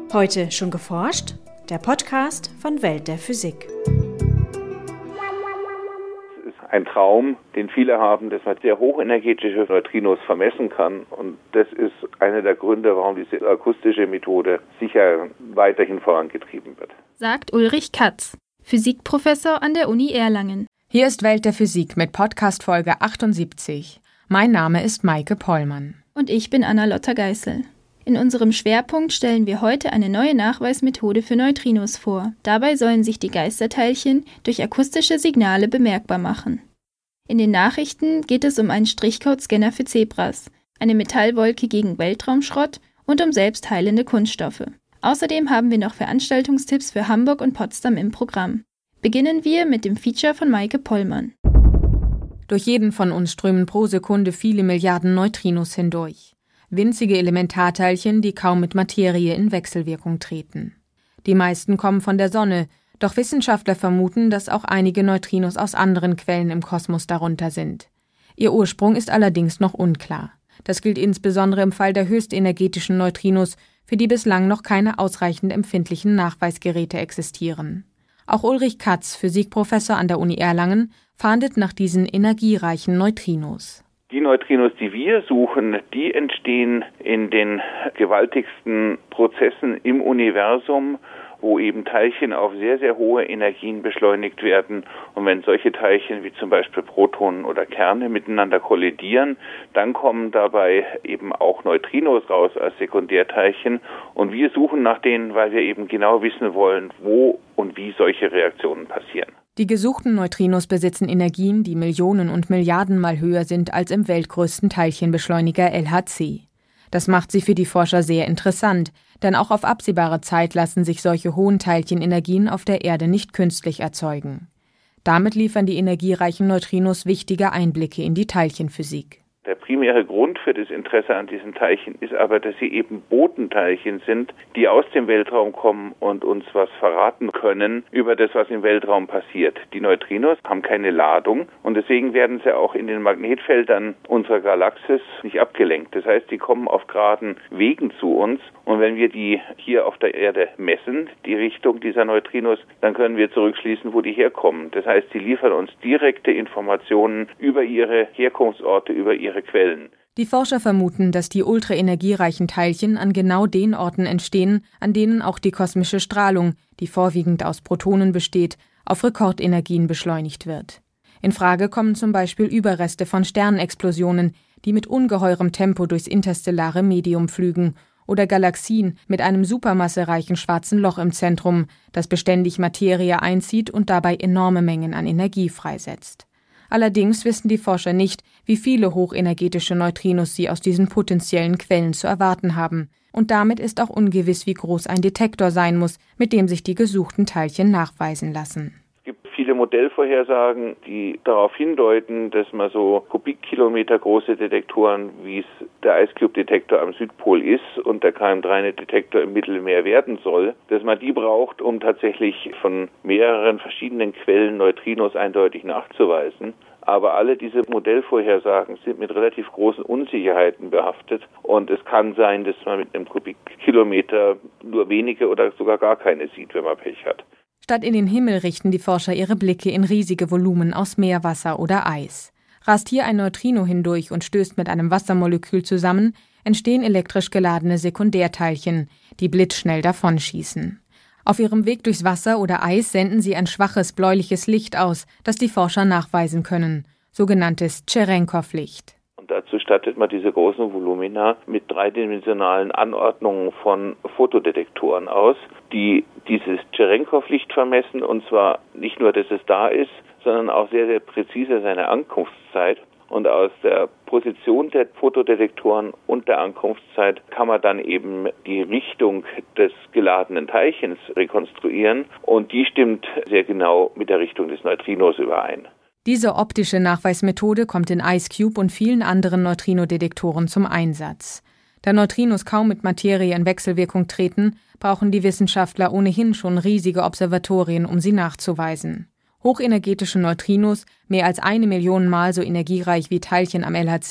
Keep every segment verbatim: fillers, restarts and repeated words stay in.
Heute schon geforscht? Der Podcast von Welt der Physik. Es ist ein Traum, den viele haben, dass man sehr hochenergetische Neutrinos vermessen kann. Und das ist einer der Gründe, warum diese akustische Methode sicher weiterhin vorangetrieben wird. Sagt Ulrich Katz, Physikprofessor an der Uni Erlangen. Hier ist Welt der Physik mit Podcast-Folge achtundsiebzig. Mein Name ist Maike Pollmann. Und ich bin Anna-Lotta Geißel. In unserem Schwerpunkt stellen wir heute eine neue Nachweismethode für Neutrinos vor. Dabei sollen sich die Geisterteilchen durch akustische Signale bemerkbar machen. In den Nachrichten geht es um einen Strichcode-Scanner für Zebras, eine Metallwolke gegen Weltraumschrott und um selbstheilende Kunststoffe. Außerdem haben wir noch Veranstaltungstipps für Hamburg und Potsdam im Programm. Beginnen wir mit dem Feature von Maike Pollmann. Durch jeden von uns strömen pro Sekunde viele Milliarden Neutrinos hindurch. Winzige Elementarteilchen, die kaum mit Materie in Wechselwirkung treten. Die meisten kommen von der Sonne, doch Wissenschaftler vermuten, dass auch einige Neutrinos aus anderen Quellen im Kosmos darunter sind. Ihr Ursprung ist allerdings noch unklar. Das gilt insbesondere im Fall der höchstenergetischen Neutrinos, für die bislang noch keine ausreichend empfindlichen Nachweisgeräte existieren. Auch Ulrich Katz, Physikprofessor an der Uni Erlangen, fahndet nach diesen energiereichen Neutrinos. Die Neutrinos, die wir suchen, die entstehen in den gewaltigsten Prozessen im Universum, wo eben Teilchen auf sehr, sehr hohe Energien beschleunigt werden. Und wenn solche Teilchen wie zum Beispiel Protonen oder Kerne miteinander kollidieren, dann kommen dabei eben auch Neutrinos raus als Sekundärteilchen. Und wir suchen nach denen, weil wir eben genau wissen wollen, wo und wie solche Reaktionen passieren. Die gesuchten Neutrinos besitzen Energien, die Millionen und Milliarden Mal höher sind als im weltgrößten Teilchenbeschleuniger L H C. Das macht sie für die Forscher sehr interessant, denn auch auf absehbare Zeit lassen sich solche hohen Teilchenenergien auf der Erde nicht künstlich erzeugen. Damit liefern die energiereichen Neutrinos wichtige Einblicke in die Teilchenphysik. Der primäre Grund für das Interesse an diesen Teilchen ist aber, dass sie eben Botenteilchen sind, die aus dem Weltraum kommen und uns was verraten können über das, was im Weltraum passiert. Die Neutrinos haben keine Ladung und deswegen werden sie auch in den Magnetfeldern unserer Galaxis nicht abgelenkt. Das heißt, die kommen auf geraden Wegen zu uns und wenn wir die hier auf der Erde messen, die Richtung dieser Neutrinos, dann können wir zurückschließen, wo die herkommen. Das heißt, sie liefern uns direkte Informationen über ihre Herkunftsorte, über ihre Quellen. Die Forscher vermuten, dass die ultraenergiereichen Teilchen an genau den Orten entstehen, an denen auch die kosmische Strahlung, die vorwiegend aus Protonen besteht, auf Rekordenergien beschleunigt wird. In Frage kommen zum Beispiel Überreste von Sternexplosionen, die mit ungeheurem Tempo durchs interstellare Medium flügen, oder Galaxien mit einem supermassereichen schwarzen Loch im Zentrum, das beständig Materie einzieht und dabei enorme Mengen an Energie freisetzt. Allerdings wissen die Forscher nicht, wie viele hochenergetische Neutrinos sie aus diesen potenziellen Quellen zu erwarten haben. Und damit ist auch ungewiss, wie groß ein Detektor sein muss, mit dem sich die gesuchten Teilchen nachweisen lassen. Es gibt viele Modellvorhersagen, die darauf hindeuten, dass man so Kubikkilometer große Detektoren, wie es der Ice Cube Detektor am Südpol ist und der K M drei Detektor im Mittelmeer werden soll, dass man die braucht, um tatsächlich von mehreren verschiedenen Quellen Neutrinos eindeutig nachzuweisen. Aber alle diese Modellvorhersagen sind mit relativ großen Unsicherheiten behaftet und es kann sein, dass man mit einem Kubikkilometer nur wenige oder sogar gar keine sieht, wenn man Pech hat. Statt in den Himmel richten die Forscher ihre Blicke in riesige Volumen aus Meerwasser oder Eis. Rast hier ein Neutrino hindurch und stößt mit einem Wassermolekül zusammen, entstehen elektrisch geladene Sekundärteilchen, die blitzschnell davonschießen. Auf ihrem Weg durchs Wasser oder Eis senden sie ein schwaches bläuliches Licht aus, das die Forscher nachweisen können, sogenanntes Tscherenkow-Licht. Und dazu stattet man diese großen Volumina mit dreidimensionalen Anordnungen von Fotodetektoren aus, die dieses Tscherenkow-Licht vermessen, und zwar nicht nur, dass es da ist, sondern auch sehr, sehr präzise seine Ankunftszeit. Und aus der Position der Fotodetektoren und der Ankunftszeit kann man dann eben die Richtung des geladenen Teilchens rekonstruieren und die stimmt sehr genau mit der Richtung des Neutrinos überein. Diese optische Nachweismethode kommt in Ice Cube und vielen anderen Neutrinodetektoren zum Einsatz. Da Neutrinos kaum mit Materie in Wechselwirkung treten, brauchen die Wissenschaftler ohnehin schon riesige Observatorien, um sie nachzuweisen. Hochenergetische Neutrinos, mehr als eine Million Mal so energiereich wie Teilchen am L H C,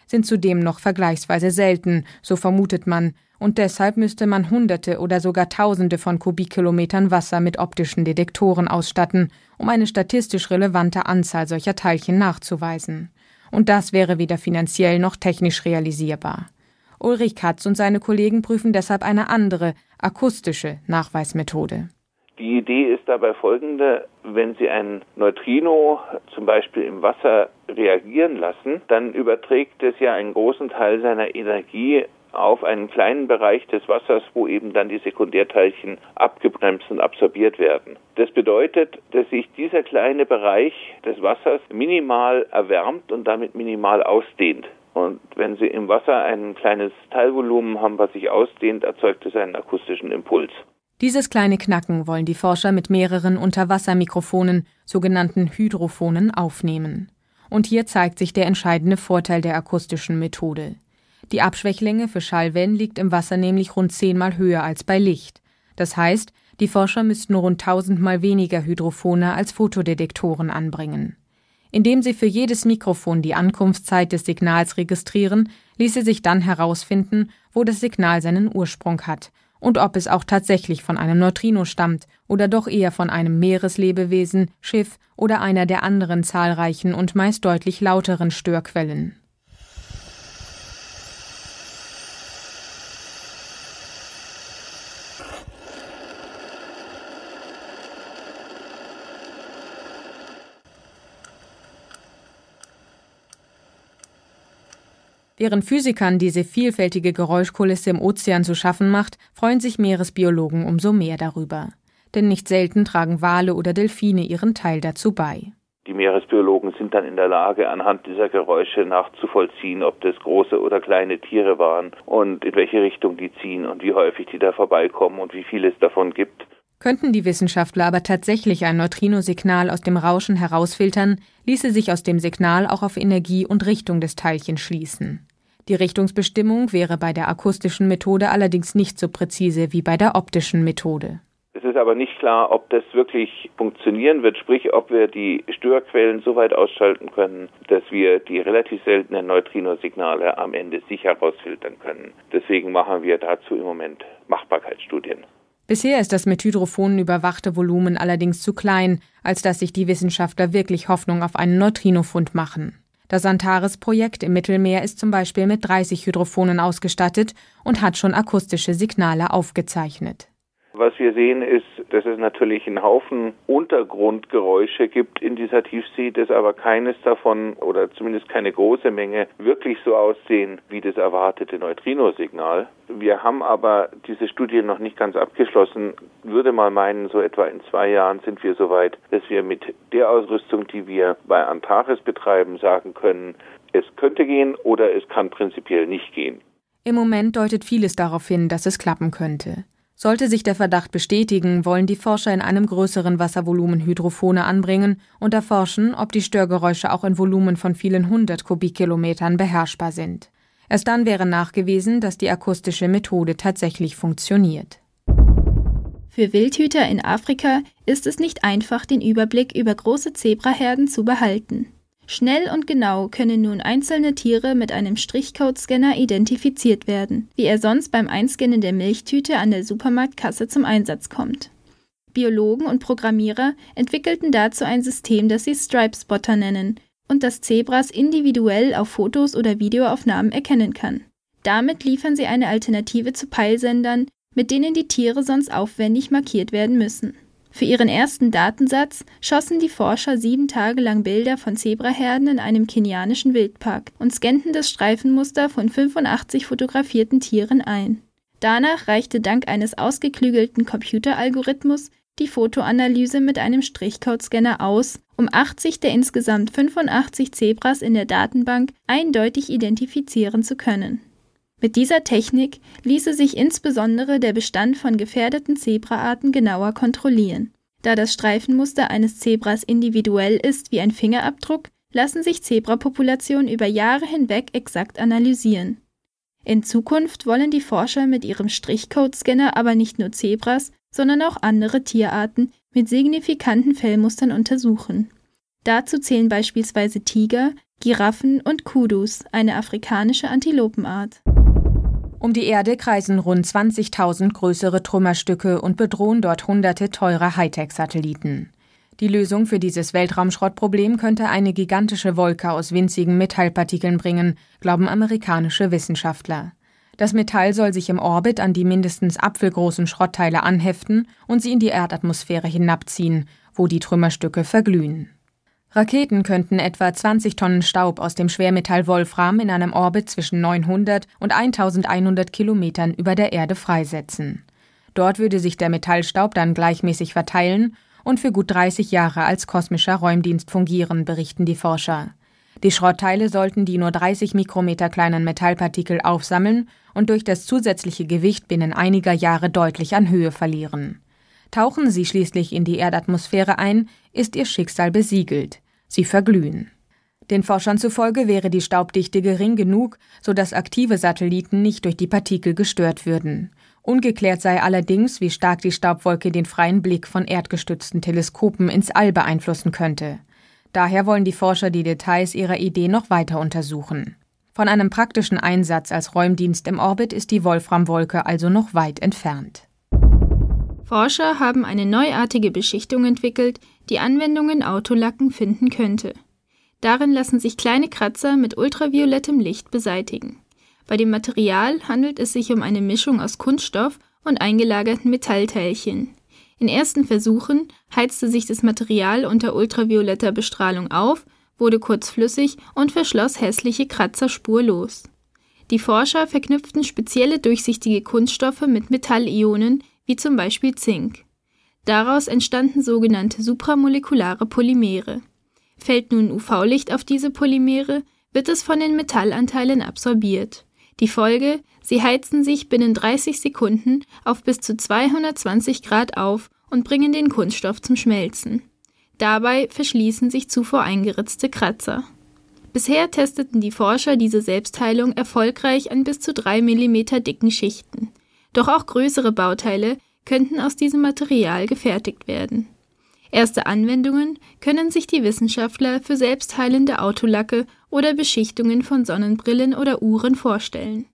sind zudem noch vergleichsweise selten, so vermutet man, und deshalb müsste man Hunderte oder sogar Tausende von Kubikkilometern Wasser mit optischen Detektoren ausstatten, um eine statistisch relevante Anzahl solcher Teilchen nachzuweisen. Und das wäre weder finanziell noch technisch realisierbar. Ulrich Katz und seine Kollegen prüfen deshalb eine andere, akustische Nachweismethode. Die Idee ist dabei folgende: Wenn Sie ein Neutrino zum Beispiel im Wasser reagieren lassen, dann überträgt es ja einen großen Teil seiner Energie auf einen kleinen Bereich des Wassers, wo eben dann die Sekundärteilchen abgebremst und absorbiert werden. Das bedeutet, dass sich dieser kleine Bereich des Wassers minimal erwärmt und damit minimal ausdehnt. Und wenn Sie im Wasser ein kleines Teilvolumen haben, was sich ausdehnt, erzeugt es einen akustischen Impuls. Dieses kleine Knacken wollen die Forscher mit mehreren Unterwassermikrofonen, sogenannten Hydrophonen, aufnehmen. Und hier zeigt sich der entscheidende Vorteil der akustischen Methode. Die Abschwächlänge für Schallwellen liegt im Wasser nämlich rund zehnmal höher als bei Licht. Das heißt, die Forscher müssten rund tausendmal weniger Hydrophone als Fotodetektoren anbringen. Indem sie für jedes Mikrofon die Ankunftszeit des Signals registrieren, ließe sich dann herausfinden, wo das Signal seinen Ursprung hat und ob es auch tatsächlich von einem Neutrino stammt oder doch eher von einem Meereslebewesen, Schiff oder einer der anderen zahlreichen und meist deutlich lauteren Störquellen. Während Physikern diese vielfältige Geräuschkulisse im Ozean zu schaffen macht, freuen sich Meeresbiologen umso mehr darüber. Denn nicht selten tragen Wale oder Delfine ihren Teil dazu bei. Die Meeresbiologen sind dann in der Lage, anhand dieser Geräusche nachzuvollziehen, ob das große oder kleine Tiere waren und in welche Richtung die ziehen und wie häufig die da vorbeikommen und wie viel es davon gibt. Könnten die Wissenschaftler aber tatsächlich ein Neutrino-Signal aus dem Rauschen herausfiltern, ließe sich aus dem Signal auch auf Energie und Richtung des Teilchens schließen. Die Richtungsbestimmung wäre bei der akustischen Methode allerdings nicht so präzise wie bei der optischen Methode. Es ist aber nicht klar, ob das wirklich funktionieren wird, sprich, ob wir die Störquellen so weit ausschalten können, dass wir die relativ seltenen Neutrino-Signale am Ende sicher herausfiltern können. Deswegen machen wir dazu im Moment Machbarkeitsstudien. Bisher ist das mit Hydrophonen überwachte Volumen allerdings zu klein, als dass sich die Wissenschaftler wirklich Hoffnung auf einen Neutrinofund machen. Das Antares-Projekt im Mittelmeer ist zum Beispiel mit dreißig Hydrophonen ausgestattet und hat schon akustische Signale aufgezeichnet. Was wir sehen ist, dass es natürlich einen Haufen Untergrundgeräusche gibt in dieser Tiefsee, dass aber keines davon oder zumindest keine große Menge wirklich so aussehen wie das erwartete Neutrino-Signal. Wir haben aber diese Studie noch nicht ganz abgeschlossen. Würde mal meinen, so etwa in zwei Jahren sind wir soweit, dass wir mit der Ausrüstung, die wir bei Antares betreiben, sagen können, es könnte gehen oder es kann prinzipiell nicht gehen. Im Moment deutet vieles darauf hin, dass es klappen könnte. Sollte sich der Verdacht bestätigen, wollen die Forscher in einem größeren Wasservolumen Hydrophone anbringen und erforschen, ob die Störgeräusche auch in Volumen von vielen hundert Kubikkilometern beherrschbar sind. Erst dann wäre nachgewiesen, dass die akustische Methode tatsächlich funktioniert. Für Wildhüter in Afrika ist es nicht einfach, den Überblick über große Zebraherden zu behalten. Schnell und genau können nun einzelne Tiere mit einem Strichcode-Scanner identifiziert werden, wie er sonst beim Einscannen der Milchtüte an der Supermarktkasse zum Einsatz kommt. Biologen und Programmierer entwickelten dazu ein System, das sie Stripe-Spotter nennen und das Zebras individuell auf Fotos oder Videoaufnahmen erkennen kann. Damit liefern sie eine Alternative zu Peilsendern, mit denen die Tiere sonst aufwendig markiert werden müssen. Für ihren ersten Datensatz schossen die Forscher sieben Tage lang Bilder von Zebraherden in einem kenianischen Wildpark und scannten das Streifenmuster von fünfundachtzig fotografierten Tieren ein. Danach reichte dank eines ausgeklügelten Computeralgorithmus die Fotoanalyse mit einem Strichcode-Scanner aus, um achtzig der insgesamt fünfundachtzig Zebras in der Datenbank eindeutig identifizieren zu können. Mit dieser Technik ließe sich insbesondere der Bestand von gefährdeten Zebraarten genauer kontrollieren. Da das Streifenmuster eines Zebras individuell ist wie ein Fingerabdruck, lassen sich Zebrapopulationen über Jahre hinweg exakt analysieren. In Zukunft wollen die Forscher mit ihrem Strichcode-Scanner aber nicht nur Zebras, sondern auch andere Tierarten mit signifikanten Fellmustern untersuchen. Dazu zählen beispielsweise Tiger, Giraffen und Kudus, eine afrikanische Antilopenart. Um die Erde kreisen rund zwanzigtausend größere Trümmerstücke und bedrohen dort hunderte teurer Hightech-Satelliten. Die Lösung für dieses Weltraumschrottproblem könnte eine gigantische Wolke aus winzigen Metallpartikeln bringen, glauben amerikanische Wissenschaftler. Das Metall soll sich im Orbit an die mindestens apfelgroßen Schrottteile anheften und sie in die Erdatmosphäre hinabziehen, wo die Trümmerstücke verglühen. Raketen könnten etwa zwanzig Tonnen Staub aus dem Schwermetall Wolfram in einem Orbit zwischen neunhundert und eintausendeinhundert Kilometern über der Erde freisetzen. Dort würde sich der Metallstaub dann gleichmäßig verteilen und für gut dreißig Jahre als kosmischer Räumdienst fungieren, berichten die Forscher. Die Schrottteile sollten die nur dreißig Mikrometer kleinen Metallpartikel aufsammeln und durch das zusätzliche Gewicht binnen einiger Jahre deutlich an Höhe verlieren. Tauchen sie schließlich in die Erdatmosphäre ein, ist ihr Schicksal besiegelt. Sie verglühen. Den Forschern zufolge wäre die Staubdichte gering genug, sodass aktive Satelliten nicht durch die Partikel gestört würden. Ungeklärt sei allerdings, wie stark die Staubwolke den freien Blick von erdgestützten Teleskopen ins All beeinflussen könnte. Daher wollen die Forscher die Details ihrer Idee noch weiter untersuchen. Von einem praktischen Einsatz als Räumdienst im Orbit ist die Wolframwolke also noch weit entfernt. Forscher haben eine neuartige Beschichtung entwickelt, die Anwendung in Autolacken finden könnte. Darin lassen sich kleine Kratzer mit ultraviolettem Licht beseitigen. Bei dem Material handelt es sich um eine Mischung aus Kunststoff und eingelagerten Metallteilchen. In ersten Versuchen heizte sich das Material unter ultravioletter Bestrahlung auf, wurde kurzflüssig und verschloss hässliche Kratzer spurlos. Die Forscher verknüpften spezielle durchsichtige Kunststoffe mit Metallionen, wie zum Beispiel Zink. Daraus entstanden sogenannte supramolekulare Polymere. Fällt nun U V-Licht auf diese Polymere, wird es von den Metallanteilen absorbiert. Die Folge: Sie heizen sich binnen dreißig Sekunden auf bis zu zweihundertzwanzig Grad auf und bringen den Kunststoff zum Schmelzen. Dabei verschließen sich zuvor eingeritzte Kratzer. Bisher testeten die Forscher diese Selbstheilung erfolgreich an bis zu drei Millimeter dicken Schichten. Doch auch größere Bauteile könnten aus diesem Material gefertigt werden. Erste Anwendungen können sich die Wissenschaftler für selbstheilende Autolacke oder Beschichtungen von Sonnenbrillen oder Uhren vorstellen.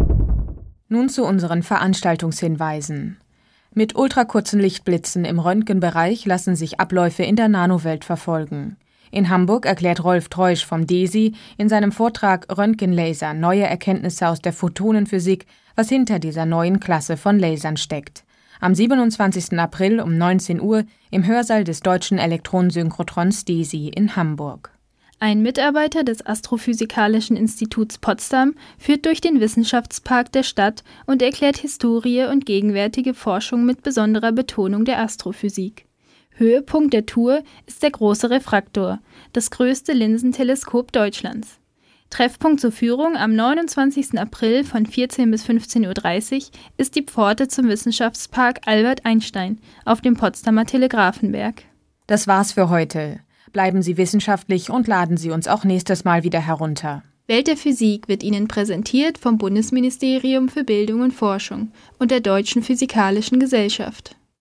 Nun zu unseren Veranstaltungshinweisen. Mit ultrakurzen Lichtblitzen im Röntgenbereich lassen sich Abläufe in der Nanowelt verfolgen. In Hamburg erklärt Rolf Treusch vom D E S I in seinem Vortrag Röntgenlaser – neue Erkenntnisse aus der Photonenphysik, was hinter dieser neuen Klasse von Lasern steckt. Am siebenundzwanzigsten April um neunzehn Uhr im Hörsaal des Deutschen Elektronensynchrotrons D E S I in Hamburg. Ein Mitarbeiter des Astrophysikalischen Instituts Potsdam führt durch den Wissenschaftspark der Stadt und erklärt Historie und gegenwärtige Forschung mit besonderer Betonung der Astrophysik. Höhepunkt der Tour ist der große Refraktor, das größte Linsenteleskop Deutschlands. Treffpunkt zur Führung am neunundzwanzigsten April von vierzehn bis fünfzehn Uhr dreißig ist die Pforte zum Wissenschaftspark Albert Einstein auf dem Potsdamer Telegrafenberg. Das war's für heute. Bleiben Sie wissenschaftlich und laden Sie uns auch nächstes Mal wieder herunter. Welt der Physik wird Ihnen präsentiert vom Bundesministerium für Bildung und Forschung und der Deutschen Physikalischen Gesellschaft.